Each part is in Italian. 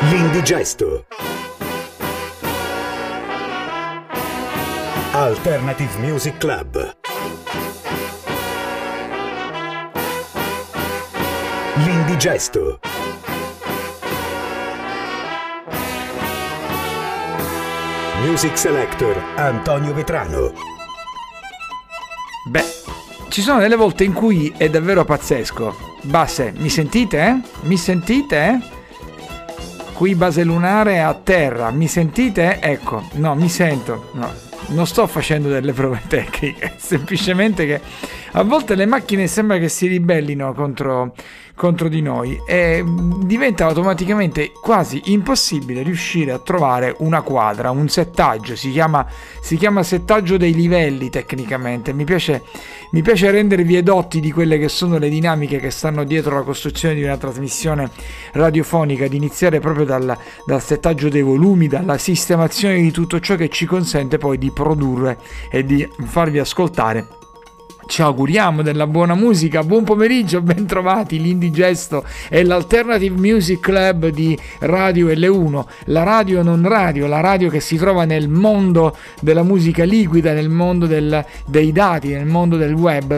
L'Indigesto. Alternative Music Club. L'Indigesto. Music Selector Antonio Vetrano. Beh, ci sono delle volte in cui è davvero pazzesco. Basse, mi sentite? Mi sentite? Qui base lunare a terra, mi sentite? Ecco, no, mi sento. No, non sto facendo delle prove tecniche, semplicemente che a volte le macchine sembra che si ribellino contro di noi e diventa automaticamente quasi impossibile riuscire a trovare una quadra, un settaggio. Si chiama settaggio dei livelli tecnicamente. Mi piace rendervi edotti di quelle che sono le dinamiche che stanno dietro la costruzione di una trasmissione radiofonica, di iniziare proprio dal settaggio dei volumi, dalla sistemazione di tutto ciò che ci consente poi di produrre e di farvi ascoltare. Ci auguriamo della buona musica, buon pomeriggio, ben trovati. L'Indigesto è l'Alternative Music Club di Radio L1, la radio non radio, la radio che si trova nel mondo della musica liquida, nel mondo dei dati, nel mondo del web,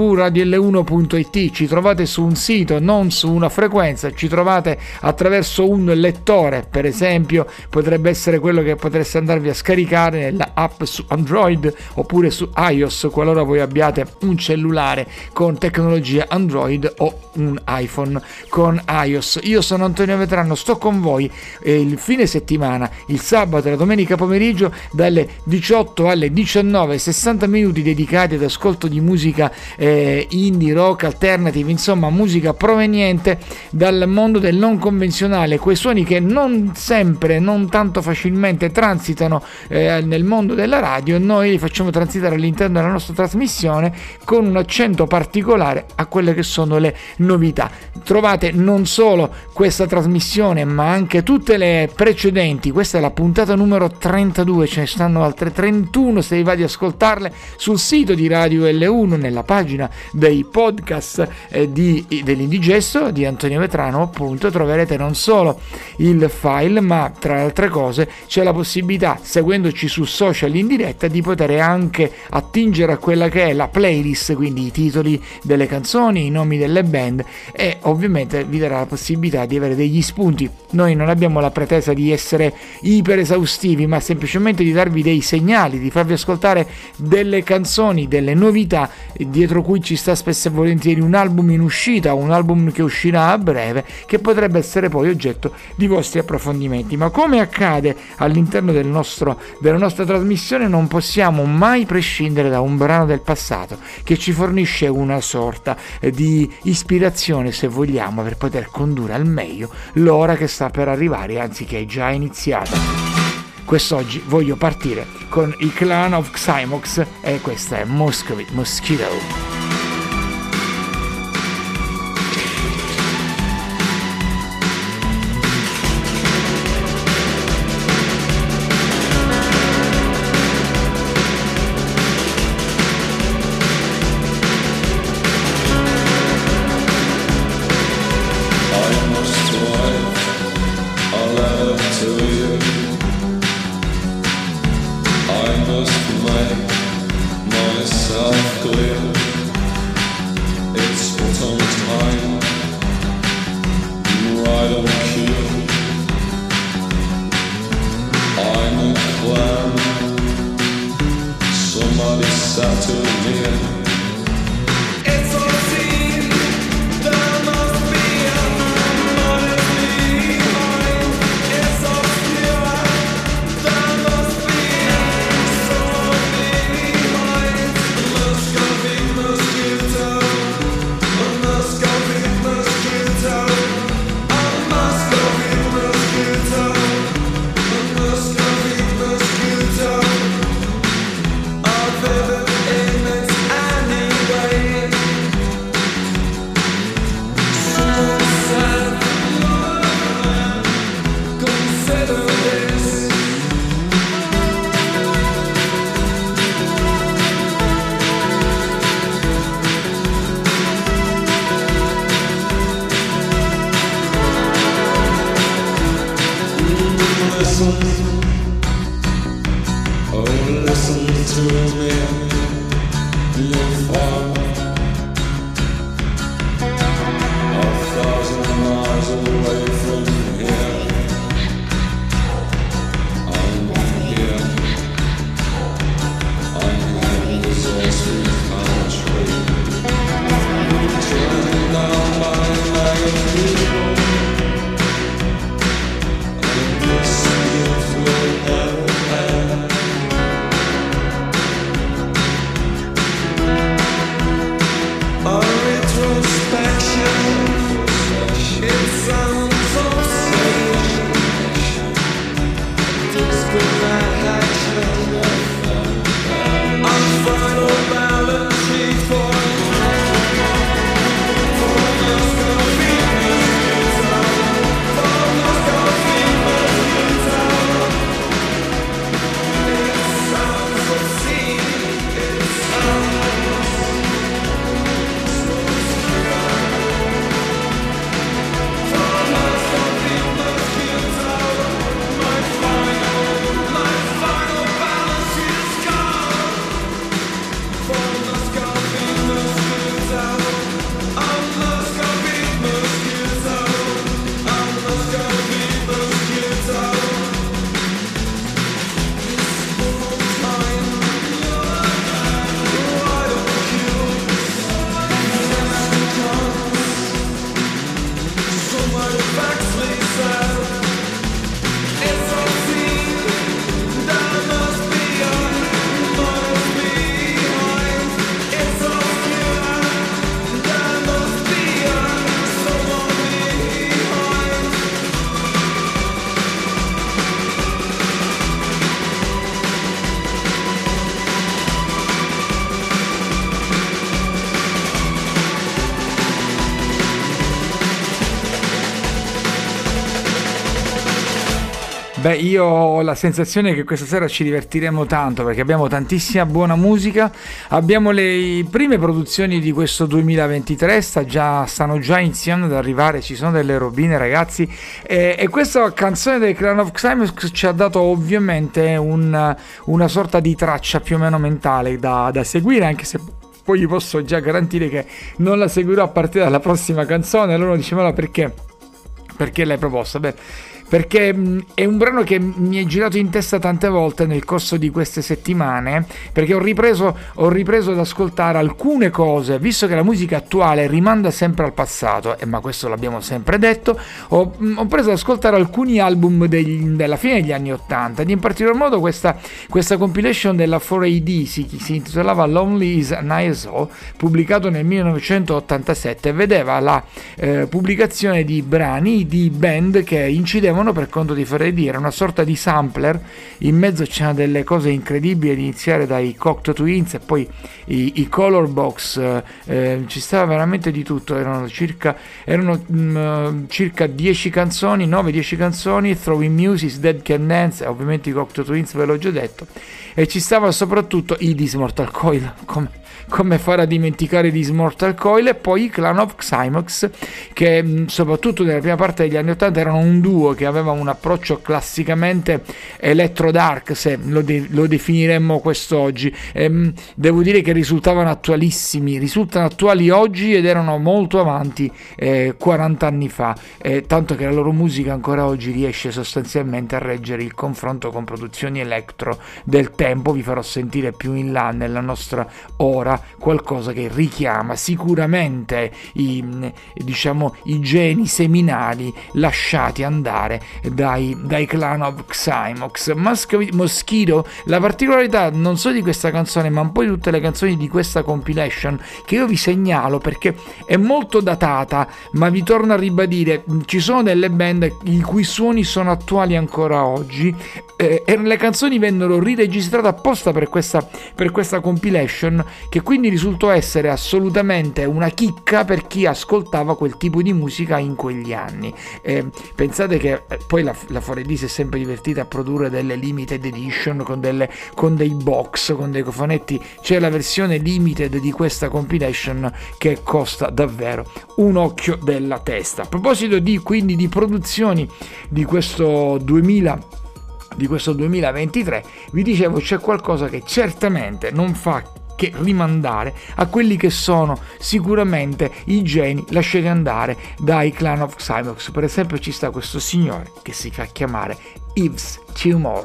www.radiol1.it. Ci trovate su un sito, non su una frequenza, ci trovate attraverso un lettore, per esempio potrebbe essere quello che potreste andarvi a scaricare nella app su Android oppure su iOS, qualora voi abbiate un cellulare con tecnologia Android o un iPhone con iOS. Io sono Antonio Vetrano, sto con voi il fine settimana, il sabato e la domenica pomeriggio dalle 18 alle 19, 60 minuti dedicati ad ascolto di musica indie, rock, alternative, insomma musica proveniente dal mondo del non convenzionale, quei suoni che non sempre, non tanto facilmente transitano nel mondo della radio. Noi li facciamo transitare all'interno della nostra trasmissione con un accento particolare a quelle che sono le novità. Trovate non solo questa trasmissione ma anche tutte le precedenti. Questa è la puntata numero 32, ce ne stanno altre 31 se vi va di ascoltarle sul sito di Radio L1, nella pagina dei podcast dell'Indigesto di Antonio Vetrano. Appunto troverete non solo il file ma tra le altre cose c'è la possibilità, seguendoci su social in diretta, di poter anche attingere a quella che è la playlist, quindi i titoli delle canzoni, i nomi delle band, e ovviamente vi darà la possibilità di avere degli spunti. Noi non abbiamo la pretesa di essere iper esaustivi, ma semplicemente di darvi dei segnali, di farvi ascoltare delle canzoni, delle novità dietro cui ci sta spesso e volentieri un album in uscita o un album che uscirà a breve, che potrebbe essere poi oggetto di vostri approfondimenti. Ma come accade all'interno della nostra trasmissione, non possiamo mai prescindere da un brano del passato che ci fornisce una sorta di ispirazione, se vogliamo, per poter condurre al meglio l'ora che sta per arrivare, anzi che è già iniziata. Quest'oggi voglio partire con i Clan of Xymox e questa è Mosquito. Myself clear. Beh, io ho la sensazione che questa sera ci divertiremo tanto perché abbiamo tantissima buona musica, abbiamo le prime produzioni di questo 2023, stanno già iniziando ad arrivare, ci sono delle robine ragazzi, e questa canzone dei Clan of Xymox ci ha dato ovviamente una sorta di traccia più o meno mentale da seguire, anche se poi vi posso già garantire che non la seguirò a partire dalla prossima canzone. Loro dicevano perché l'hai proposta? Beh, perché è un brano che mi è girato in testa tante volte nel corso di queste settimane, perché ho ripreso ad ascoltare alcune cose, visto che la musica attuale rimanda sempre al passato, ma questo l'abbiamo sempre detto. Ho preso ad ascoltare alcuni album della fine degli anni 80, ed in particolar modo questa compilation della 4AD si intitolava Lonely is an ISO, pubblicato nel 1987, vedeva la pubblicazione di brani di band che incidevano per conto di 4AD. Era una sorta di sampler, in mezzo c'erano delle cose incredibili, ad iniziare dai Cocteau Twins e poi i Color Box, ci stava veramente di tutto. Erano circa 10 canzoni, 9-10 canzoni, Throwing Music, Dead Can Dance, ovviamente i Cocteau Twins ve l'ho già detto, e ci stava soprattutto i This Mortal Coil, come fare a dimenticare This Mortal Coil, e poi i Clan of Xymox, che soprattutto nella prima parte degli anni 80 erano un duo che aveva un approccio classicamente electro dark, se lo definiremmo quest'oggi. Devo dire che risultano attuali oggi ed erano molto avanti 40 anni fa, tanto che la loro musica ancora oggi riesce sostanzialmente a reggere il confronto con produzioni electro del tempo. Vi farò sentire più in là nella nostra ora qualcosa che richiama sicuramente i geni seminali lasciati andare dai Clan of Xymox. Mosquito, la particolarità non solo di questa canzone ma un po' di tutte le canzoni di questa compilation, che io vi segnalo perché è molto datata, ma vi torno a ribadire, ci sono delle band i cui suoni sono attuali ancora oggi, e le canzoni vennero riregistrate apposta per questa compilation, che quindi risultò essere assolutamente una chicca per chi ascoltava quel tipo di musica in quegli anni. Pensate che poi la 4AD si è sempre divertita a produrre delle limited edition con dei box, con dei cofanetti. C'è la versione limited di questa compilation che costa davvero un occhio della testa. A proposito quindi di produzioni di questo di questo 2023, vi dicevo c'è qualcosa che certamente non fa che rimandare a quelli che sono sicuramente i geni lasciati andare dai Clan of Xymox. Per esempio ci sta questo signore che si fa chiamare Yves Tumor.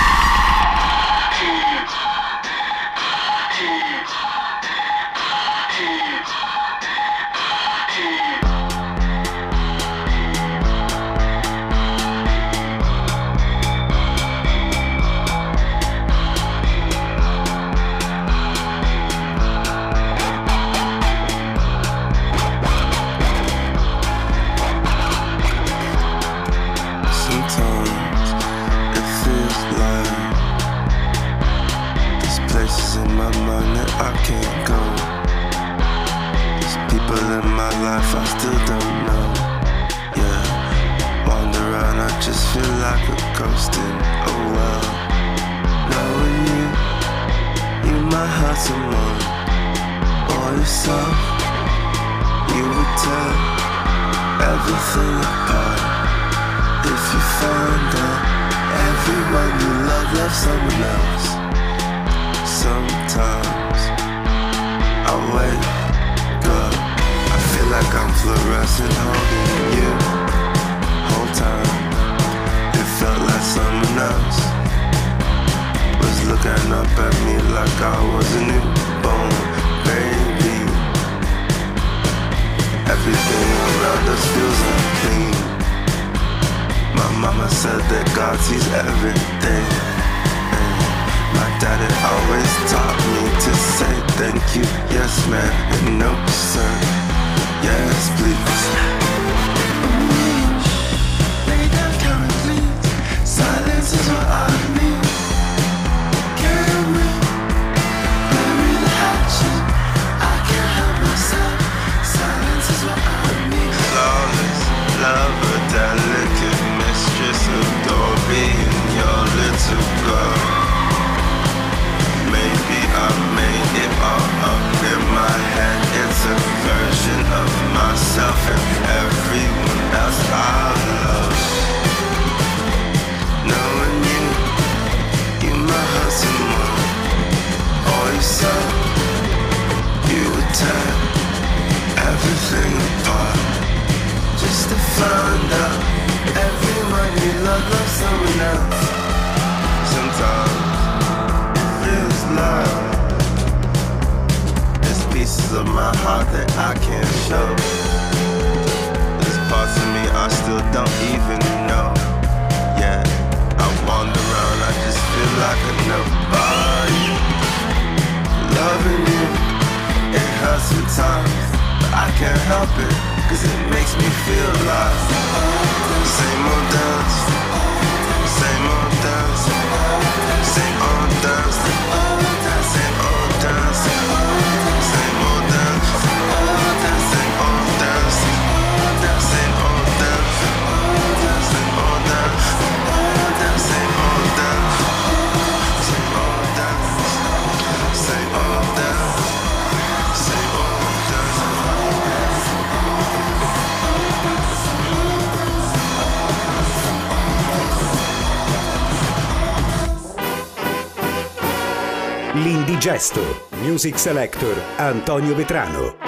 L'Indigesto, Music Selector Antonio Vetrano.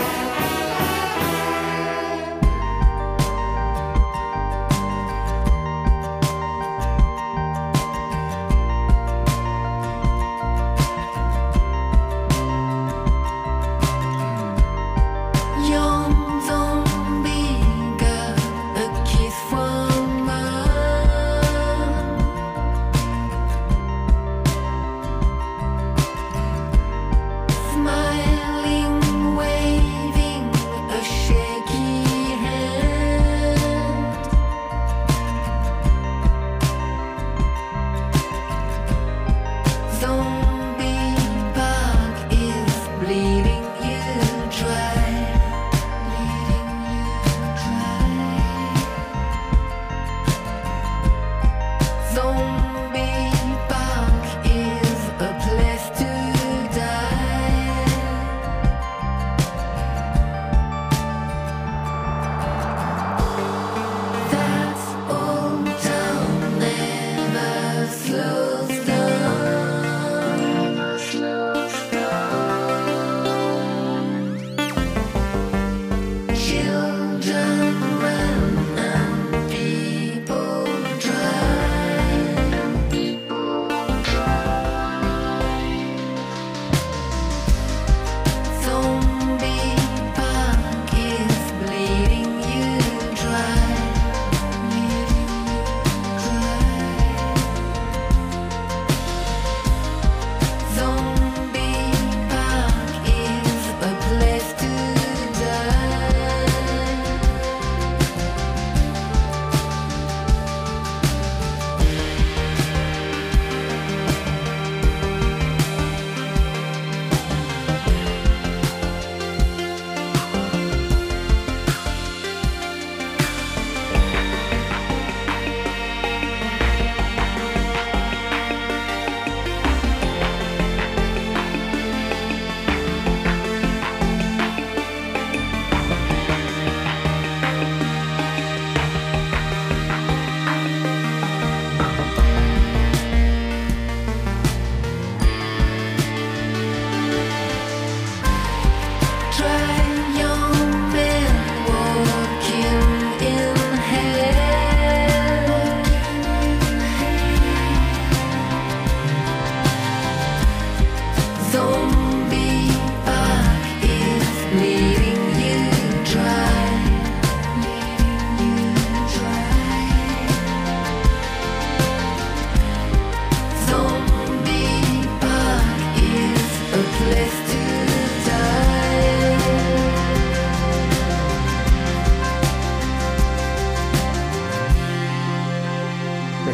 Smiling way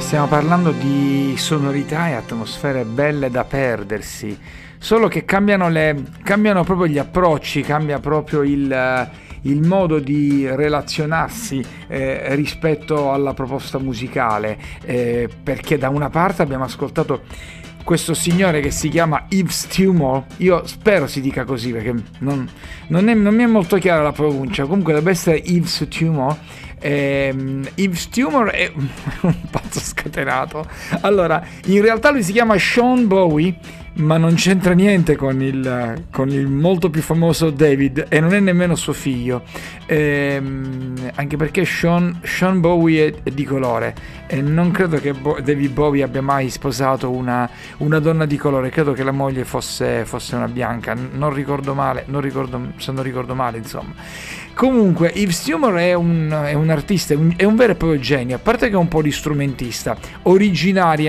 Stiamo parlando di sonorità e atmosfere belle da perdersi, solo che cambiano proprio gli approcci, cambia proprio il modo di relazionarsi rispetto alla proposta musicale, perché da una parte abbiamo ascoltato questo signore che si chiama Yves Tumor, io spero si dica così perché non mi è molto chiara la pronuncia, comunque dovrebbe essere Yves Tumor. Yves Tumor è un pazzo scatenato. Allora, in realtà lui si chiama Sean Bowie, ma non c'entra niente con il molto più famoso David, e non è nemmeno suo figlio, anche perché Sean Bowie è di colore, e non credo che David Bowie abbia mai sposato una donna di colore. Credo che la moglie fosse una bianca, non ricordo male, insomma. Comunque Yves Tumor è un artista, è un vero e proprio genio, a parte che è un po' di strumentista, originario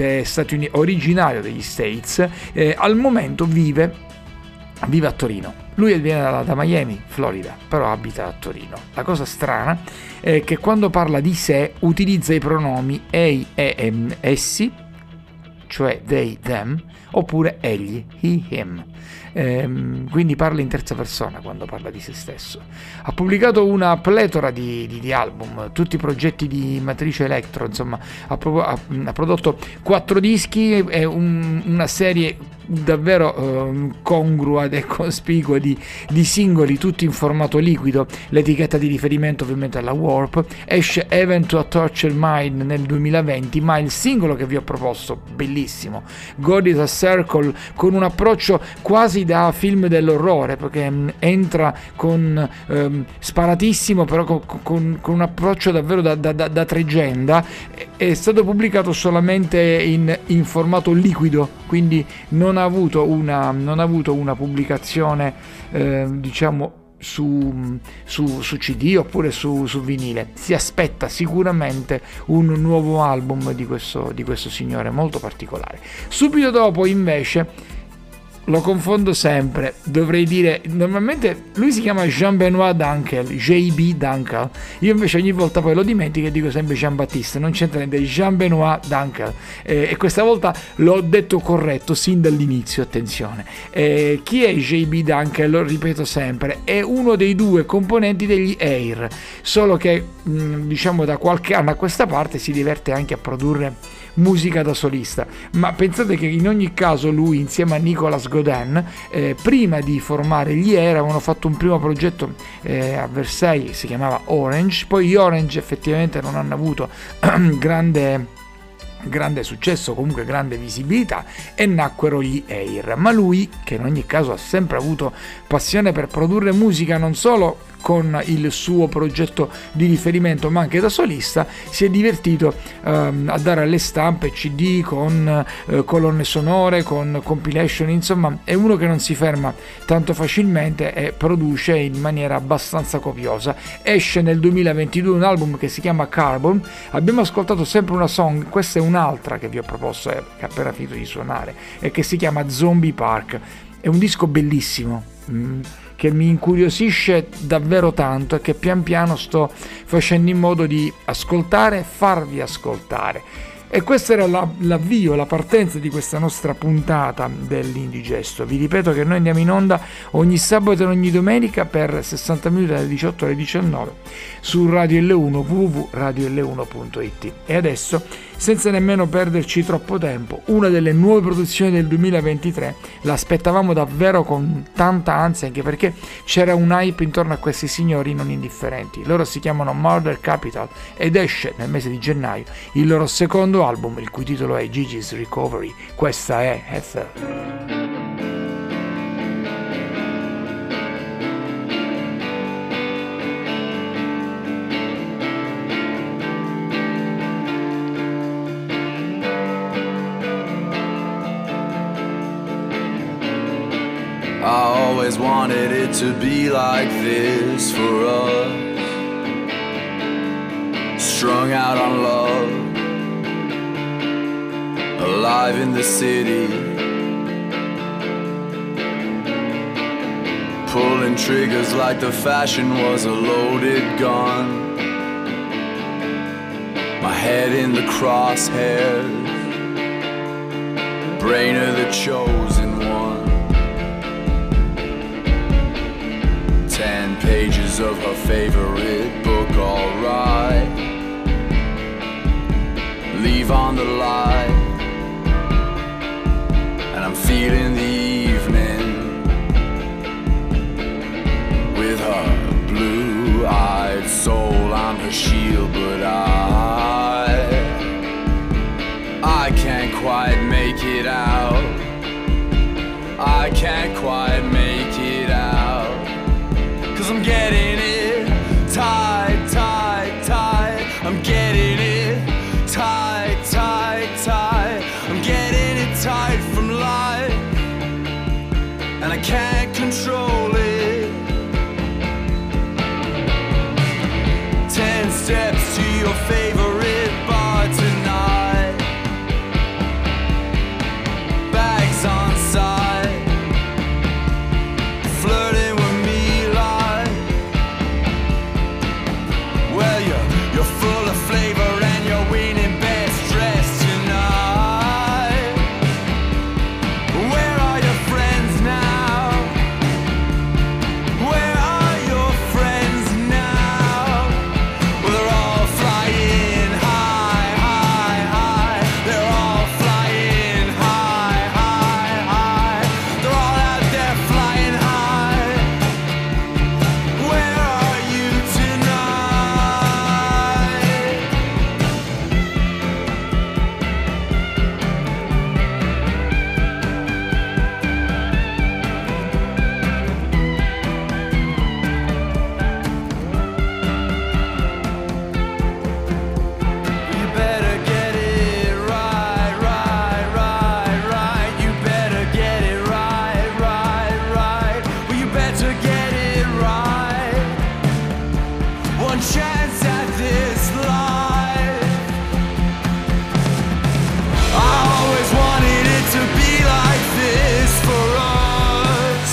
degli States, al momento vive a Torino. Lui viene da Miami, Florida, però abita a Torino. La cosa strana è che quando parla di sé utilizza i pronomi ei, essi, cioè they, them, oppure egli, he, him. Quindi parla in terza persona quando parla di se stesso. Ha pubblicato una pletora di album, tutti progetti di matrice electro, insomma ha prodotto 4 dischi e una serie davvero congrua e cospicua di singoli, tutti in formato liquido. L'etichetta di riferimento ovviamente alla Warp. Esce Even to a Tortured Mind nel 2020, ma il singolo che vi ho proposto, bellissimo, God is a Circle, con un approccio quasi da film dell'orrore, perché entra con sparatissimo, però con un approccio davvero da tregenda. È stato pubblicato solamente in formato liquido, quindi non ha avuto una pubblicazione diciamo su CD oppure su vinile. Si aspetta sicuramente un nuovo album di questo signore molto particolare. Subito dopo invece, lo confondo sempre, dovrei dire, normalmente lui si chiama Jean-Benoît Dunkel, J.B. Dunkel, io invece ogni volta poi lo dimentico e dico sempre Jean-Baptiste, non c'entra niente, Jean-Benoît Dunkel, e questa volta l'ho detto corretto sin dall'inizio, attenzione. Chi è J.B. Dunkel? Lo ripeto sempre, è uno dei 2 componenti degli Air, solo che diciamo da qualche anno a questa parte si diverte anche a produrre musica da solista, ma pensate che in ogni caso lui insieme a Nicolas Godin prima di formare gli Air avevano fatto un primo progetto a Versailles, si chiamava Orange, poi gli Orange effettivamente non hanno avuto grande successo, comunque grande visibilità, e nacquero gli Air. Ma lui, che in ogni caso ha sempre avuto passione per produrre musica, non solo con il suo progetto di riferimento ma anche da solista, si è divertito a dare alle stampe CD con colonne sonore, con compilation, insomma è uno che non si ferma tanto facilmente e produce in maniera abbastanza copiosa. Esce nel 2022 un album che si chiama Carbon. Abbiamo ascoltato sempre una song, questa è un'altra che vi ho proposto, che ho appena finito di suonare, e che si chiama Zombie Park. È un disco bellissimo, che mi incuriosisce davvero tanto e che pian piano sto facendo in modo di ascoltare e farvi ascoltare. E questo era l'avvio, la partenza di questa nostra puntata dell'Indigesto. Vi ripeto che noi andiamo in onda ogni sabato e ogni domenica per 60 minuti dalle 18 alle 19 su Radio L1, www.radiol1.it. E adesso, senza nemmeno perderci troppo tempo, una delle nuove produzioni del 2023, l'aspettavamo davvero con tanta ansia, anche perché c'era un hype intorno a questi signori non indifferenti. Loro si chiamano Murder Capital ed esce nel mese di gennaio il loro secondo album, il cui titolo è Gigi's Recovery. Questa è Heather. I always wanted it to be like this for us, strung out on love, alive in the city, pulling triggers like the fashion was a loaded gun. my head in the crosshairs, brain of the chosen one. 10 pages of her favorite book, alright. Leave on the light, and I'm feeling the evening with her blue-eyed soul. I'm her shield, but I can't quite make it out. I can't quite make it out, 'cause I'm getting it tight, tight, tight. I'm getting it tight, tight, tight. I'm getting it tight from life, and I can't control it. 10 steps to your favorite bar tonight. Bags on side, flirting with me like, well, you're full of flavor and you're winning best dressed tonight. Where are your friends now? Where are your friends now? Well, they're all flying high, high, high. They're all flying high, high, high. They're all out there flying high. Where are you tonight? You better get it right, right, right, right. You better get it right, right, right. Well, you better get it right. One chance at this life. I always wanted it to be like this for us.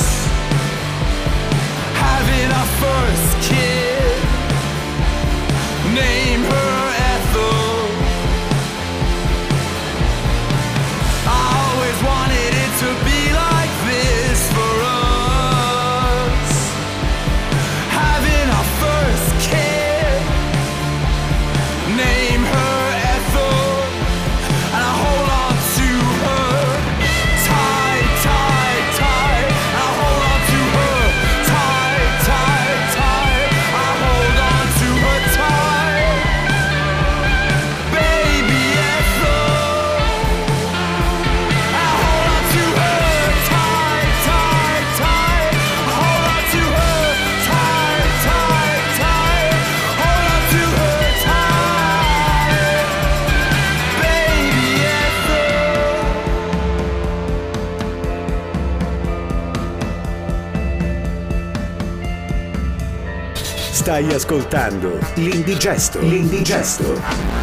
Having our first kid, name her Ethel. I always wanted it to be like this for us. Having our first kid, name her Ethel, and I hold on to her tight, tight, tight. I hold on to her tight, tight, tight. I hold on to her tight, baby Ethel. I hold on to her tight, tight, tight. I hold on to her tight, tight, tight. Hold on to her tight, baby Ethel. Stai ascoltando l'Indigesto. L'Indigesto.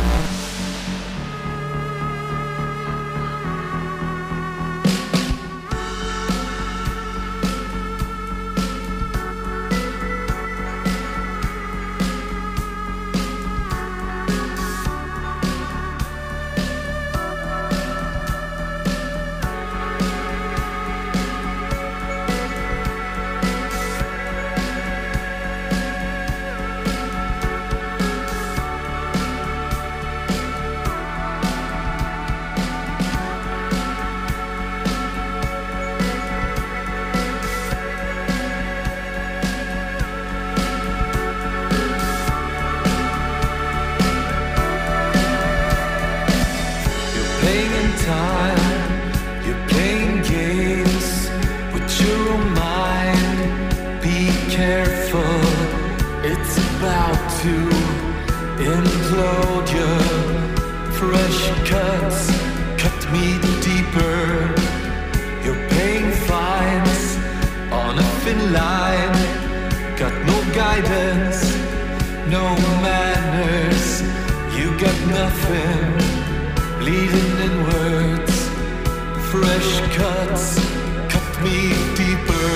Playing in time, you're playing games with your own mind. Be careful, it's about to implode. Your fresh cuts cut me deeper. You're paying fines on a thin line. Got no guidance, no manners. You got nothing. Bleeding inwards, fresh cuts cut me deeper.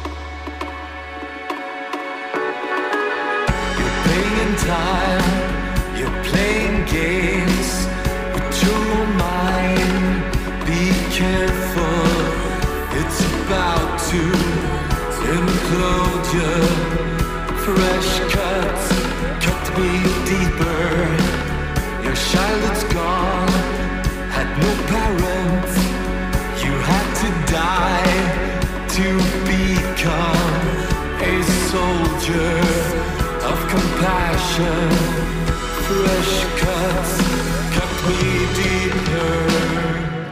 You're paying in time, You're playing games with your mind. Be careful, it's about to implode you. Fresh cuts, cut me deeper. Your childhood's gone, had no parents. You had to die to become a soldier of compassion. Fresh cuts, cut me deeper.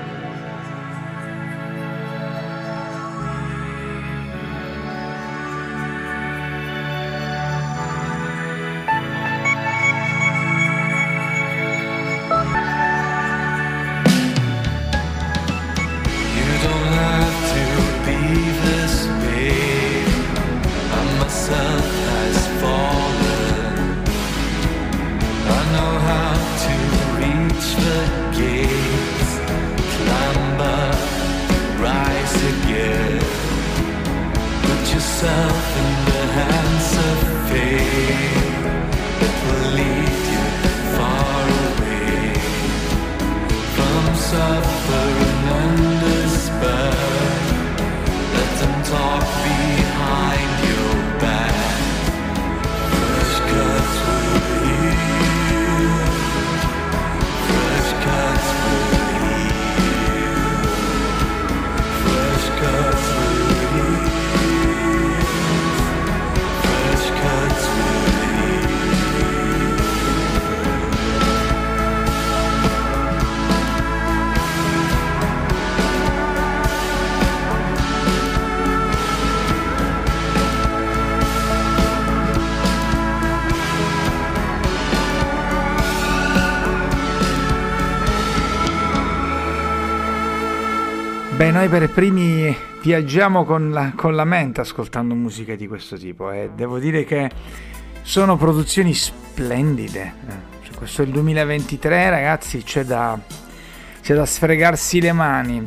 Beh, noi per primi viaggiamo con la mente ascoltando musiche di questo tipo e devo dire che sono produzioni splendide. Questo è il 2023, ragazzi, c'è da sfregarsi le mani.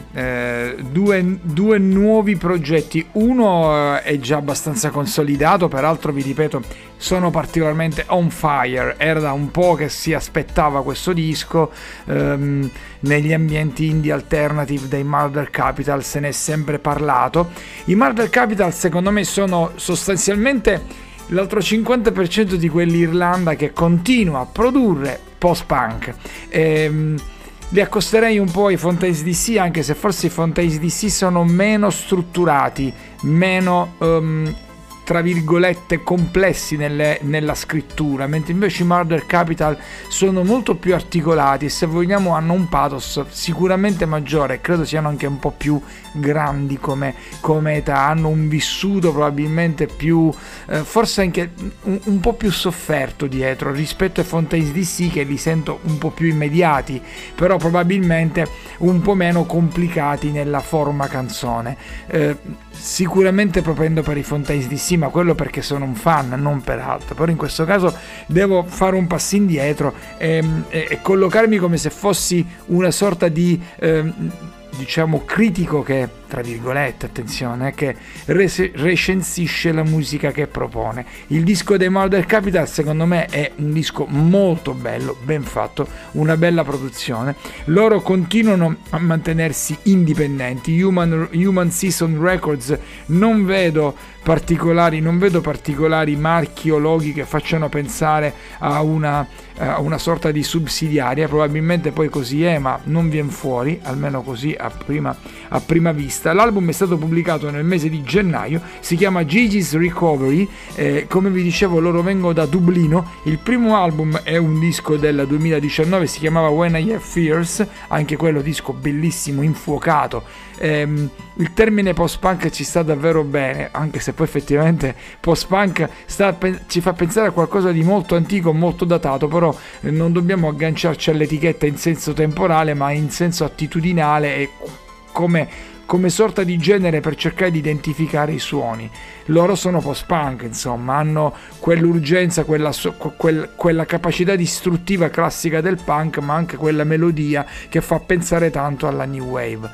Due nuovi progetti. Uno è già abbastanza consolidato, peraltro vi ripeto, sono particolarmente on fire. Era da un po' che si aspettava questo disco. Negli ambienti indie alternative dei Murder Capital se ne è sempre parlato. I Murder Capital secondo me sono sostanzialmente l'altro 50% di quell'Irlanda che continua a produrre post-punk. Li accosterei un po' ai Fontaine's DC, anche se forse i Fontaine's DC sono meno strutturati, meno tra virgolette complessi nella scrittura, mentre invece i Murder Capital sono molto più articolati e, se vogliamo, hanno un pathos sicuramente maggiore. Credo siano anche un po' più grandi come età, hanno un vissuto probabilmente più forse anche un po' più sofferto dietro rispetto ai Fontaine's DC, che li sento un po' più immediati, però probabilmente un po' meno complicati nella forma canzone. Sicuramente propendo per i Fontaine's DC, ma quello perché sono un fan, non per altro. Però in questo caso devo fare un passo indietro e collocarmi come se fossi una sorta di diciamo critico che, tra virgolette, attenzione, che recensisce la musica che propone. Il disco dei Murder Capital secondo me è un disco molto bello, ben fatto, una bella produzione. Loro continuano a mantenersi indipendenti. Human Season Records non vedo particolari marchi o loghi che facciano pensare a una sorta di subsidiaria. Probabilmente poi così è, ma non viene fuori, almeno così a prima vista. L'album è stato pubblicato nel mese di gennaio, si chiama Gigi's Recovery, come vi dicevo loro vengono da Dublino. Il primo album è un disco del 2019, si chiamava When I Have Fears, anche quello disco bellissimo, infuocato. Il termine post-punk ci sta davvero bene, anche se poi effettivamente post-punk ci fa pensare a qualcosa di molto antico, molto datato, però non dobbiamo agganciarci all'etichetta in senso temporale, ma in senso attitudinale e come sorta di genere per cercare di identificare i suoni. Loro sono post-punk, insomma, hanno quell'urgenza, quella capacità distruttiva classica del punk, ma anche quella melodia che fa pensare tanto alla new wave.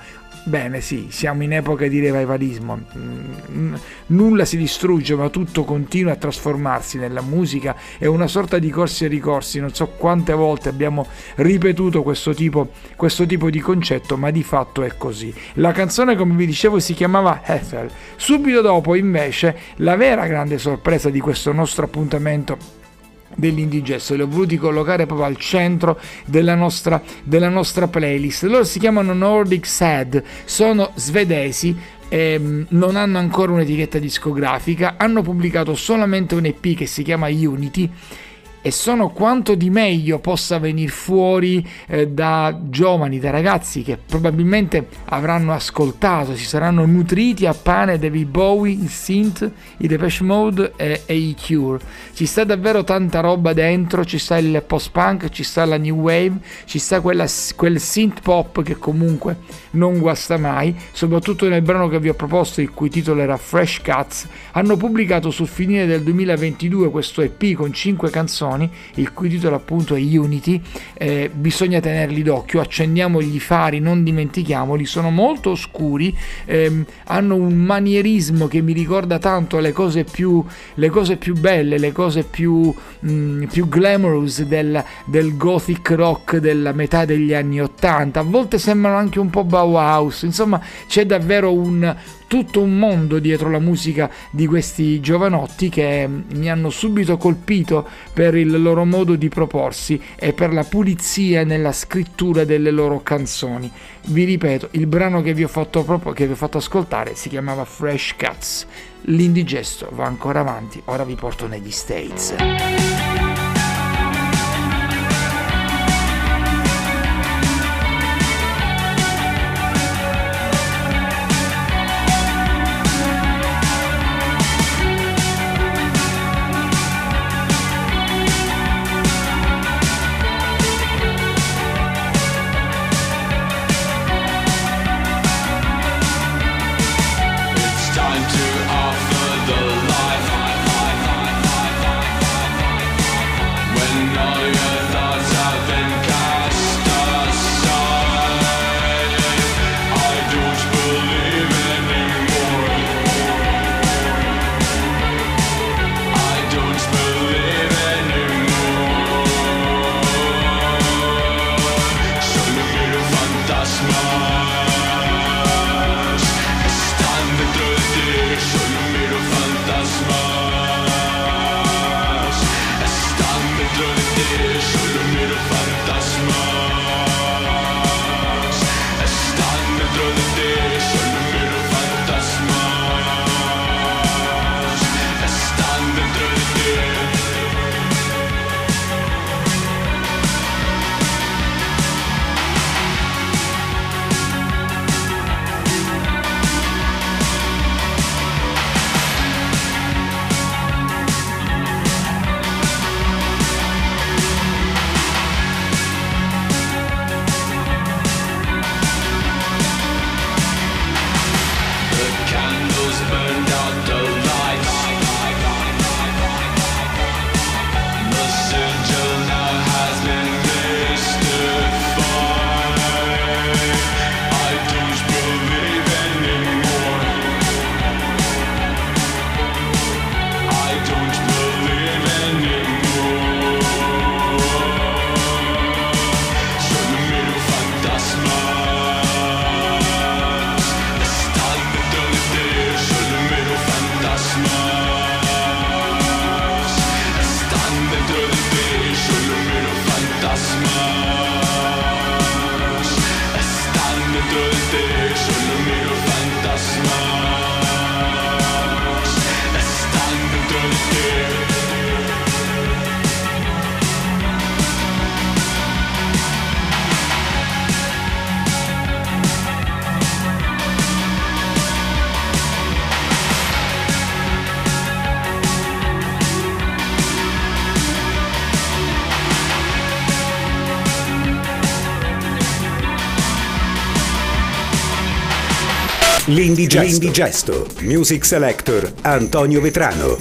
Bene, sì, siamo in epoca di revivalismo, nulla si distrugge ma tutto continua a trasformarsi nella musica, è una sorta di corsi e ricorsi, non so quante volte abbiamo ripetuto questo tipo di concetto, ma di fatto è così. La canzone, come vi dicevo, si chiamava Ethel. Subito dopo invece la vera grande sorpresa di questo nostro appuntamento dell'Indigesto, li ho voluti collocare proprio al centro della nostra playlist. Loro si chiamano Nordic Sad, sono svedesi, non hanno ancora un'etichetta discografica, hanno pubblicato solamente un EP che si chiama Unity e sono quanto di meglio possa venire fuori da giovani, da ragazzi che probabilmente avranno ascoltato, si saranno nutriti a pane David Bowie, il synth, i Depeche Mode e i Cure. Ci sta davvero tanta roba dentro, ci sta il post-punk, ci sta la new wave, ci sta quel synth pop che comunque non guasta mai, soprattutto nel brano che vi ho proposto, il cui titolo era Fresh Cuts. Hanno pubblicato sul finire del 2022 questo EP con 5 canzoni, il cui titolo appunto è Unity. Bisogna tenerli d'occhio, accendiamogli i fari, non dimentichiamoli, sono molto oscuri, hanno un manierismo che mi ricorda tanto le cose più belle, le cose più glamorous del gothic rock della metà degli anni 80, a volte sembrano anche un po' Bauhaus, insomma c'è davvero tutto un mondo dietro la musica di questi giovanotti che mi hanno subito colpito per il loro modo di proporsi e per la pulizia nella scrittura delle loro canzoni. Vi ripeto, il brano che vi ho fatto ascoltare si chiamava Fresh Cuts. L'Indigesto va ancora avanti, ora vi porto negli States. L'Indigesto, Music Selector Antonio Vetrano.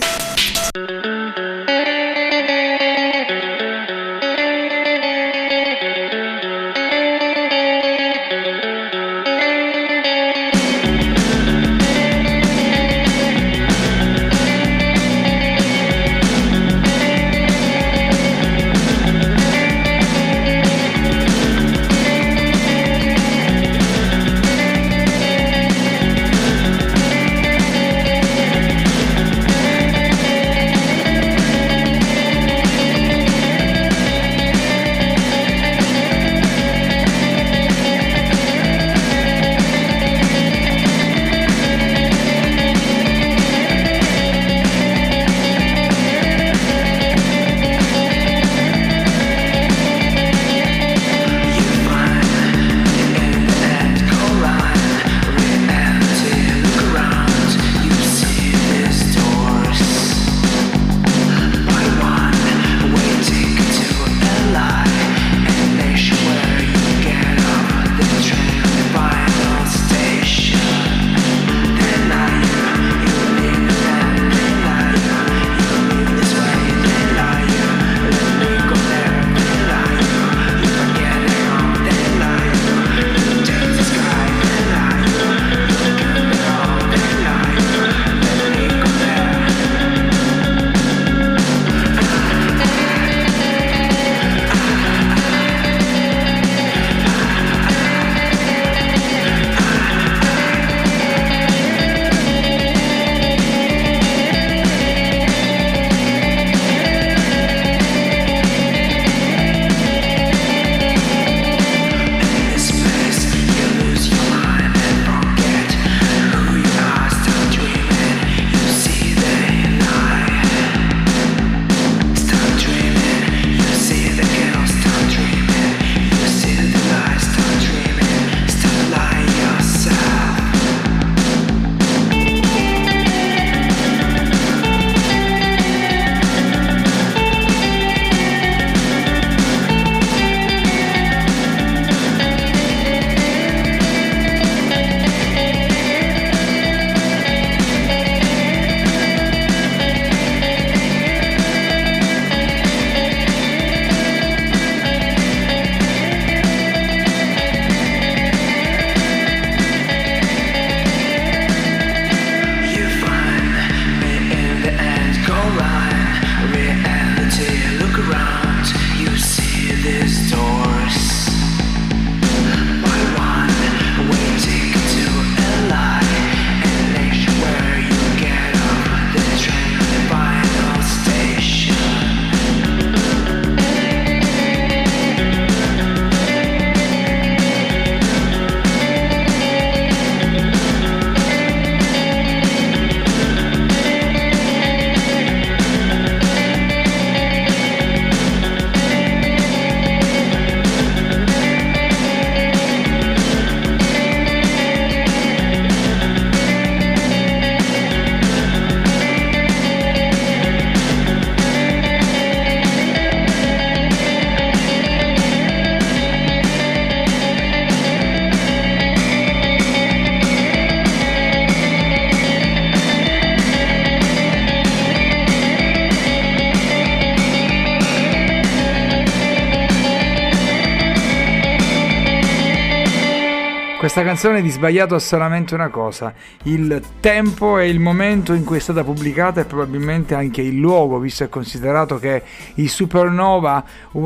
Questa canzone di sbagliato ha solamente una cosa: il tempo e il momento in cui è stata pubblicata e probabilmente anche il luogo, visto e considerato che i Supernova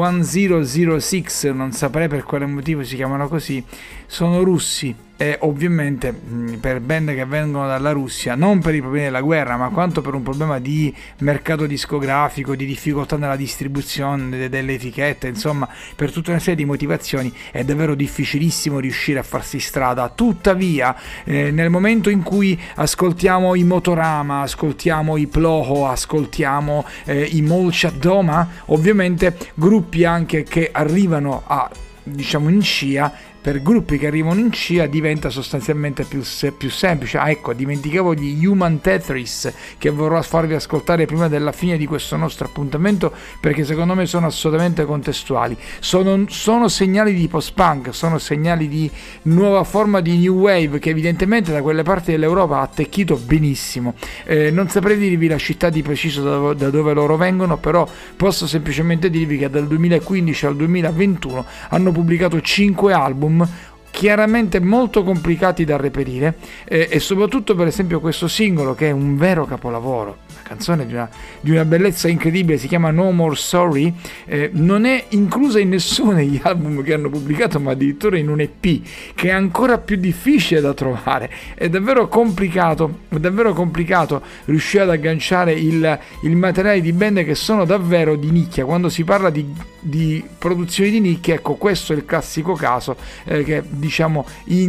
1006, non saprei per quale motivo si chiamano così, sono russi. E ovviamente per band che vengono dalla Russia, non per i problemi della guerra, ma quanto per un problema di mercato discografico, di difficoltà nella distribuzione delle etichette, insomma per tutta una serie di motivazioni è davvero difficilissimo riuscire a farsi strada. Tuttavia nel momento in cui ascoltiamo i Motorama, ascoltiamo i Ploho, ascoltiamo i Molchat Doma, ovviamente gruppi anche che arrivano a, diciamo, in scia, per gruppi che arrivano in scia diventa sostanzialmente più semplice. Ecco, dimenticavo gli Human Tetris, che vorrò farvi ascoltare prima della fine di questo nostro appuntamento, perché secondo me sono assolutamente contestuali. Sono segnali di post-punk, sono segnali di nuova forma di new wave che evidentemente da quelle parti dell'Europa ha attecchito benissimo. Non saprei dirvi la città di preciso da dove loro vengono, però posso semplicemente dirvi che dal 2015 al 2021 hanno pubblicato 5 album chiaramente molto complicati da reperire, e soprattutto per esempio questo singolo, che è un vero capolavoro, una canzone di una bellezza incredibile, si chiama No More Sorry, non è inclusa in nessuno degli album che hanno pubblicato, ma addirittura in un EP, che è ancora più difficile da trovare. È davvero complicato riuscire ad agganciare il materiale di band che sono davvero di nicchia. Quando si parla di produzioni di nicchia, ecco, questo è il classico caso che, diciamo,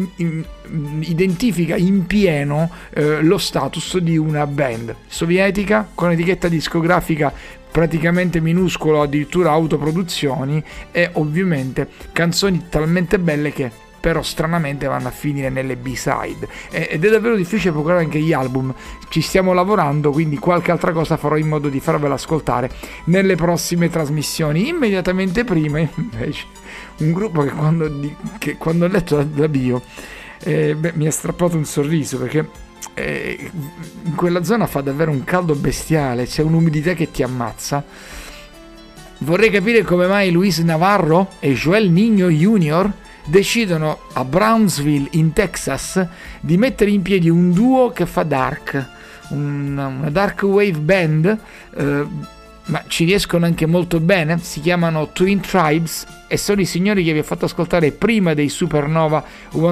identifica in pieno lo status di una band sovietica con etichetta discografica praticamente minuscolo, addirittura autoproduzioni, e ovviamente canzoni talmente belle che però stranamente vanno a finire nelle B-side, ed è davvero difficile procurare anche gli album. Ci stiamo lavorando, quindi qualche altra cosa farò in modo di farvela ascoltare nelle prossime trasmissioni. Immediatamente prima invece un gruppo che quando ho letto la bio mi ha strappato un sorriso, perché in quella zona fa davvero un caldo bestiale, c'è un'umidità che ti ammazza. Vorrei capire come mai Luis Navarro e Joel Niño Jr. decidono a Brownsville in Texas di mettere in piedi un duo che fa dark, una dark wave band, ma ci riescono anche molto bene. Si chiamano Twin Tribes e sono i signori che vi ho fatto ascoltare prima dei Supernova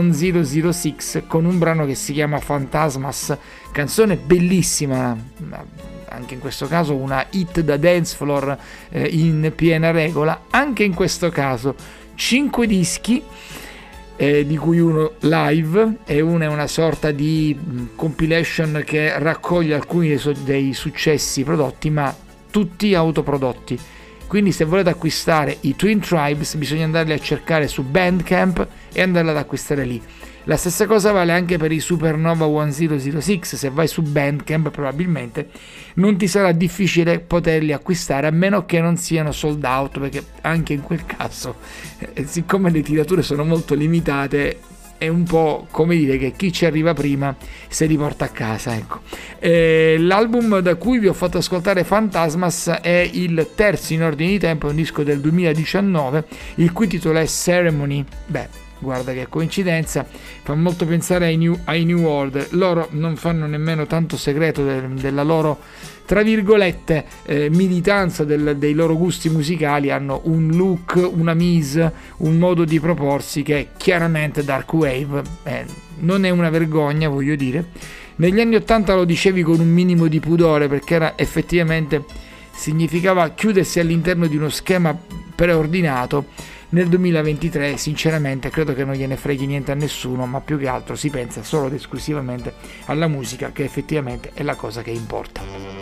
1006 con un brano che si chiama Phantasmas, canzone bellissima, anche in questo caso una hit da dance floor in piena regola. Anche in questo caso 5 dischi, di cui uno live e uno è una sorta di compilation che raccoglie alcuni dei successi prodotti, ma tutti autoprodotti. Quindi se volete acquistare i Twin Tribes bisogna andarli a cercare su Bandcamp e andarli ad acquistare lì. La stessa cosa vale anche per i Supernova 1006. Se vai su Bandcamp probabilmente non ti sarà difficile poterli acquistare, a meno che non siano sold out, perché anche in quel caso siccome le tirature sono molto limitate è un po' come dire che chi ci arriva prima se li porta a casa, ecco. L'album da cui vi ho fatto ascoltare Phantasmas è il terzo in ordine di tempo, è un disco del 2019 il cui titolo è Ceremony. Guarda che coincidenza, fa molto pensare ai New Order. Loro non fanno nemmeno tanto segreto della loro, tra virgolette, militanza, dei loro gusti musicali. Hanno un look, una mise, un modo di proporsi che è chiaramente dark wave, non è una vergogna, voglio dire. Negli anni 80 lo dicevi con un minimo di pudore, perché era effettivamente significava chiudersi all'interno di uno schema preordinato. Nel 2023 sinceramente credo che non gliene freghi niente a nessuno, ma più che altro si pensa solo ed esclusivamente alla musica, che effettivamente è la cosa che importa.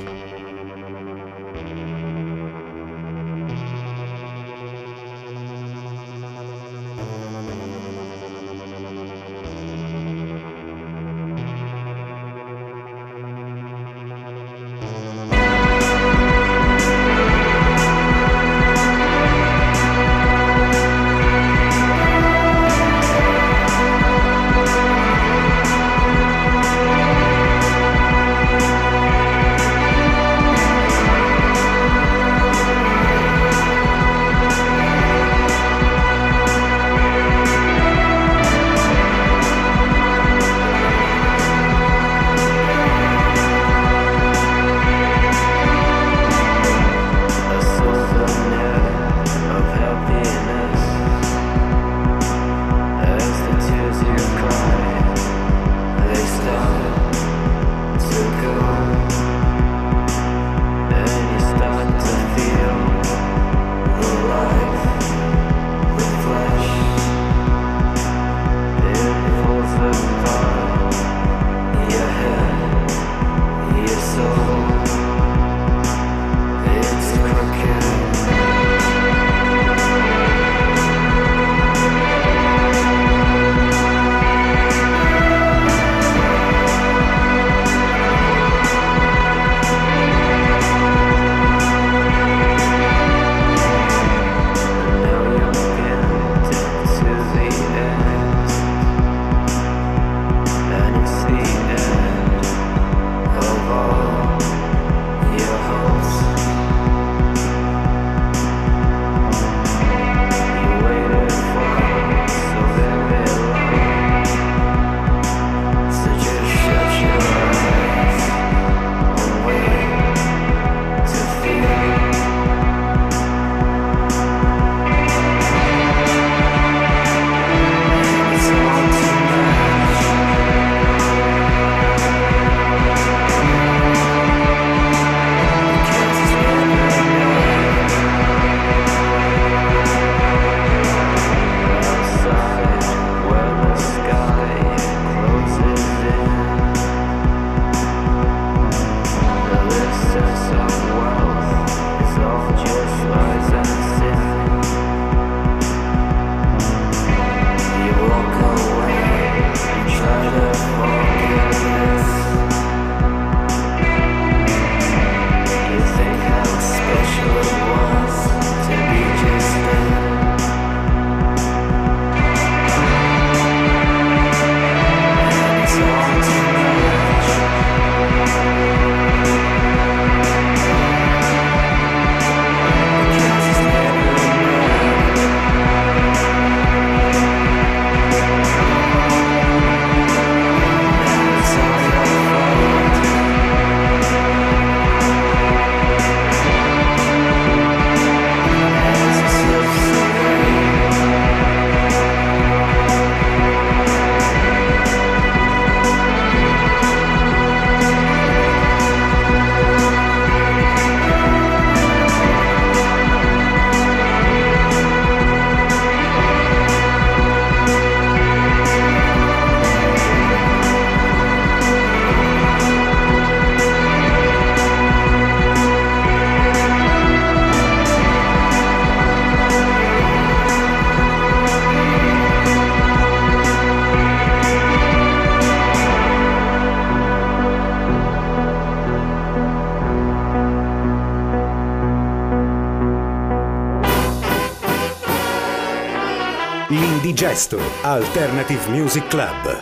L'Indigesto Alternative Music Club.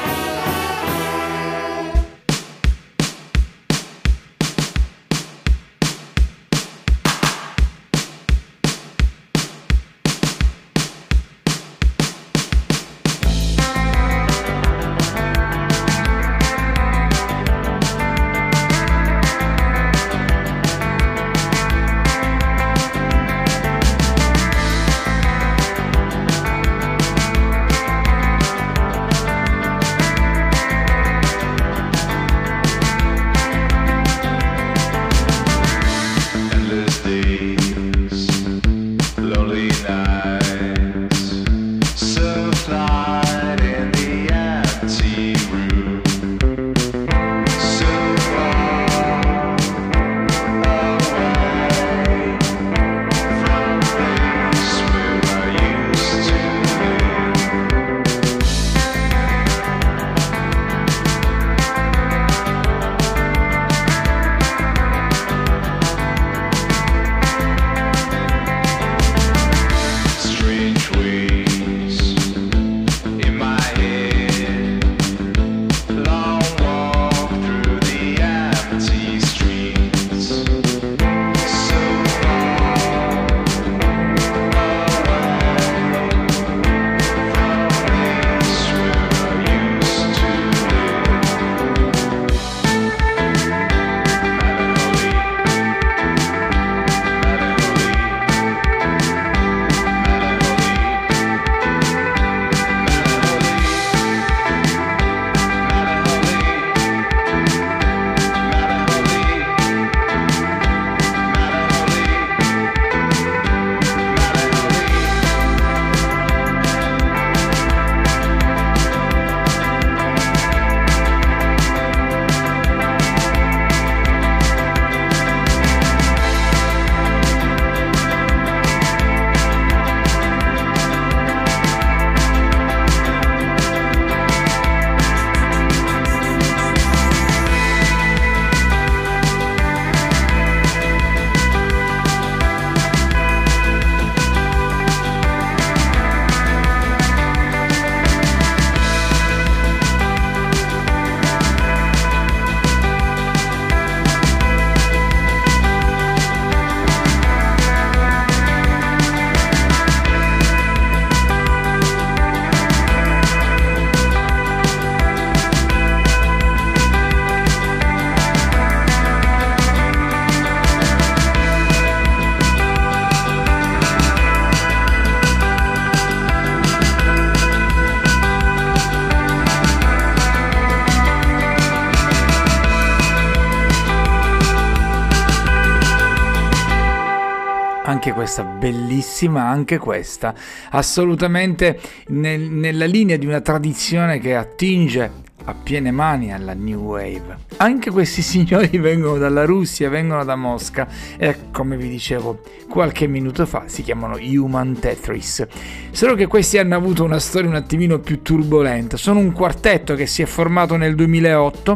Anche questa bellissima, anche questa assolutamente nella linea di una tradizione che attinge a piene mani alla New Wave. Anche questi signori vengono dalla Russia, vengono da Mosca e, come vi dicevo qualche minuto fa, si chiamano Human Tetris. Solo che questi hanno avuto una storia un attimino più turbolenta. Sono un quartetto che si è formato nel 2008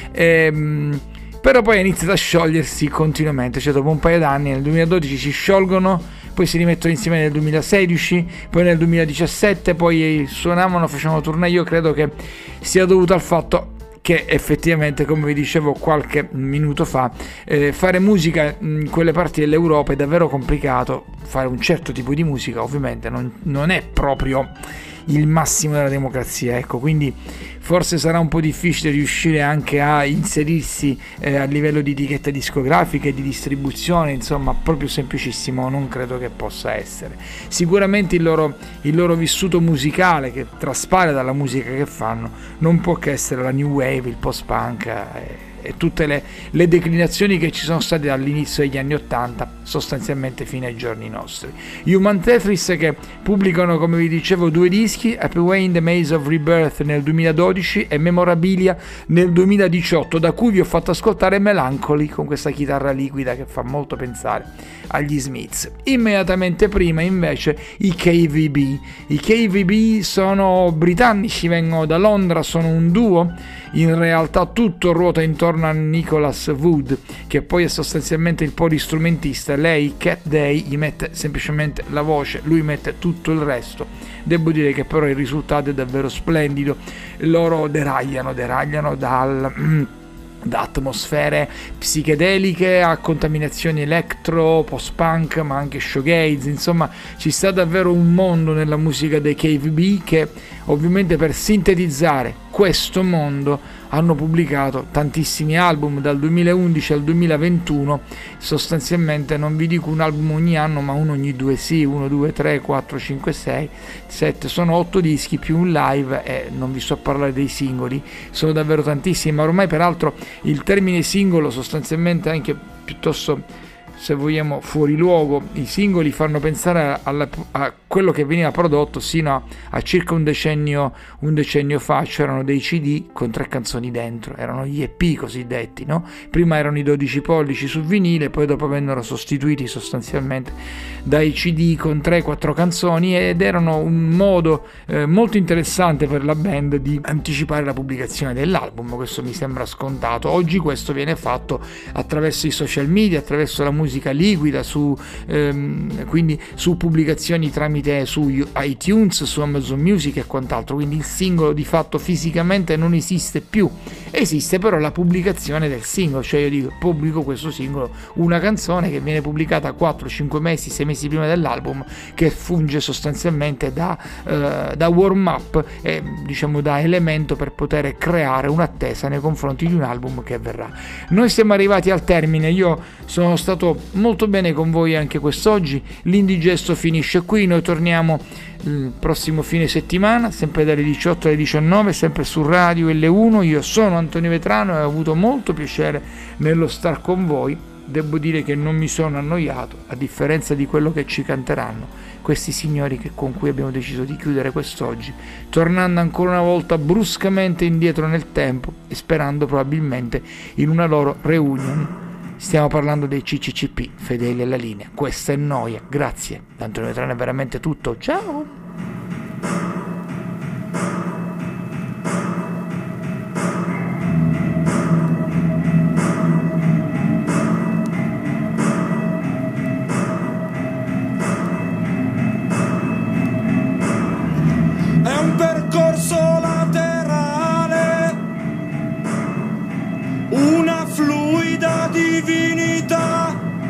però poi ha iniziato a sciogliersi continuamente, cioè dopo un paio d'anni, nel 2012 si sciolgono, poi si rimettono insieme nel 2016, poi nel 2017, poi suonavano, facevano tournée. Io credo che sia dovuto al fatto che effettivamente, come vi dicevo qualche minuto fa, fare musica in quelle parti dell'Europa è davvero complicato. Fare un certo tipo di musica ovviamente non è proprio il massimo della democrazia, ecco, quindi forse sarà un po' difficile riuscire anche a inserirsi a livello di etichetta discografica e di distribuzione, insomma proprio semplicissimo non credo che possa essere. Sicuramente il loro vissuto musicale, che traspare dalla musica che fanno, non può che essere la new wave, il post-punk e tutte le declinazioni che ci sono state dall'inizio degli anni 80 sostanzialmente fino ai giorni nostri. Human Tetris, che pubblicano, come vi dicevo, 2 dischi, Happy Way in the Maze of Rebirth nel 2012 e Memorabilia nel 2018, da cui vi ho fatto ascoltare Melancholy con questa chitarra liquida che fa molto pensare agli Smiths. Immediatamente prima invece i KVB. I KVB sono britannici, vengono da Londra, sono un duo, in realtà tutto ruota intorno intorno a Nicholas Wood, che poi è sostanzialmente il polistrumentista. Lei, Cat Day, gli mette semplicemente la voce, lui mette tutto il resto. Devo dire che però il risultato è davvero splendido. Loro deragliano da atmosfere psichedeliche a contaminazioni electro, post-punk, ma anche shoegaze. Insomma, ci sta davvero un mondo nella musica dei KVB che ovviamente, per sintetizzare questo mondo, hanno pubblicato tantissimi album dal 2011 al 2021. Sostanzialmente non vi dico un album ogni anno, ma uno ogni 2, sì, 1, 2, 3, 4, 5, 6, 7, sono 8 dischi più un live, e non vi sto a parlare dei singoli, sono davvero tantissimi. Ma ormai peraltro il termine singolo sostanzialmente anche piuttosto, se vogliamo, fuori luogo. I singoli fanno pensare a quello che veniva prodotto sino a circa un decennio fa. C'erano dei CD con 3 canzoni dentro, erano gli EP cosiddetti, no? Prima erano i 12 pollici su vinile, poi dopo vennero sostituiti sostanzialmente dai CD con 3-4 canzoni, ed erano un modo molto interessante per la band di anticipare la pubblicazione dell'album. Questo mi sembra scontato. Oggi questo viene fatto attraverso i social media, attraverso la musica liquida, quindi su pubblicazioni tramite su iTunes, su Amazon Music e quant'altro. Quindi il singolo di fatto fisicamente non esiste più, esiste però la pubblicazione del singolo, cioè io dico pubblico questo singolo, una canzone che viene pubblicata 4-5 mesi, 6 mesi prima dell'album, che funge sostanzialmente da warm up e diciamo da elemento per poter creare un'attesa nei confronti di un album che verrà. Noi siamo arrivati al termine, io sono stato molto bene con voi anche quest'oggi. L'Indigesto finisce qui, noi torniamo il prossimo fine settimana, sempre dalle 18 alle 19, sempre su Radio L1. Io sono Antonio Vetrano e ho avuto molto piacere nello star con voi. Devo dire che non mi sono annoiato, a differenza di quello che ci canteranno questi signori con cui abbiamo deciso di chiudere quest'oggi, tornando ancora una volta bruscamente indietro nel tempo e sperando probabilmente in una loro reunion. Stiamo parlando dei CCCP, fedeli alla linea. Questa è Noia. Grazie. Da Antonio Vetrano è veramente tutto. Ciao! È un percorso laterale, una fluida divinità,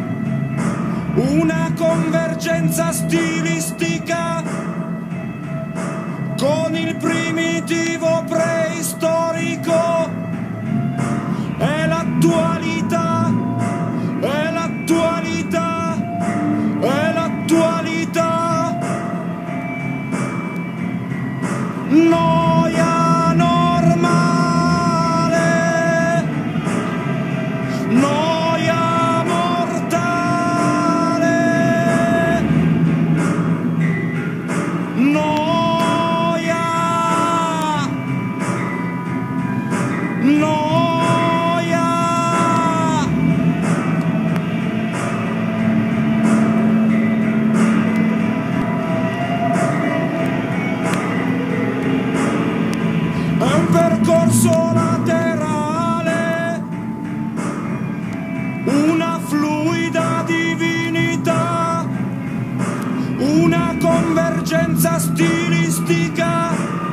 una convergenza stilistica con il primitivo preistorico. È l'attualità, è l'attualità, è l'attualità. Noia normale, noia mortale, noia, noia. È un percorso laterale, una fluida divinità, una convergenza stilistica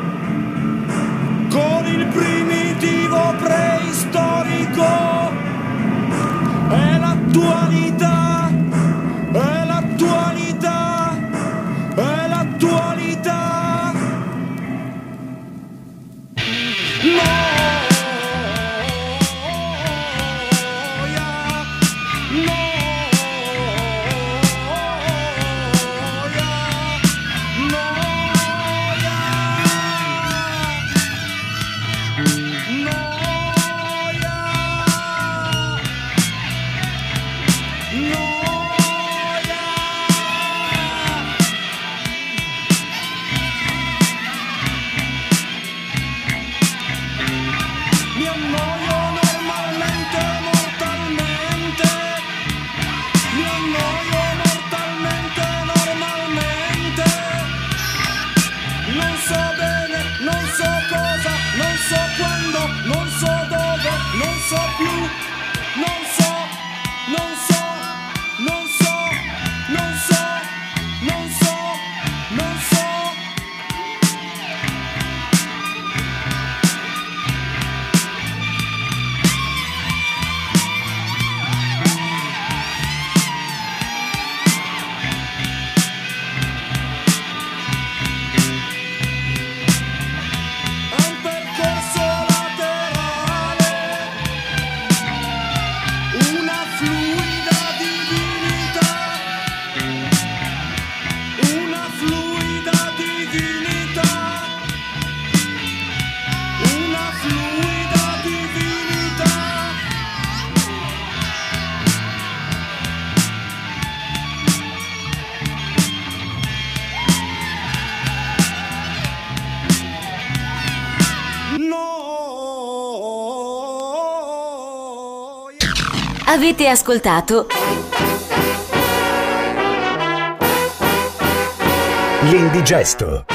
con il primitivo preistorico. È l'attualità, è l'attualità, è l'attualità. Avete ascoltato L'Indigesto.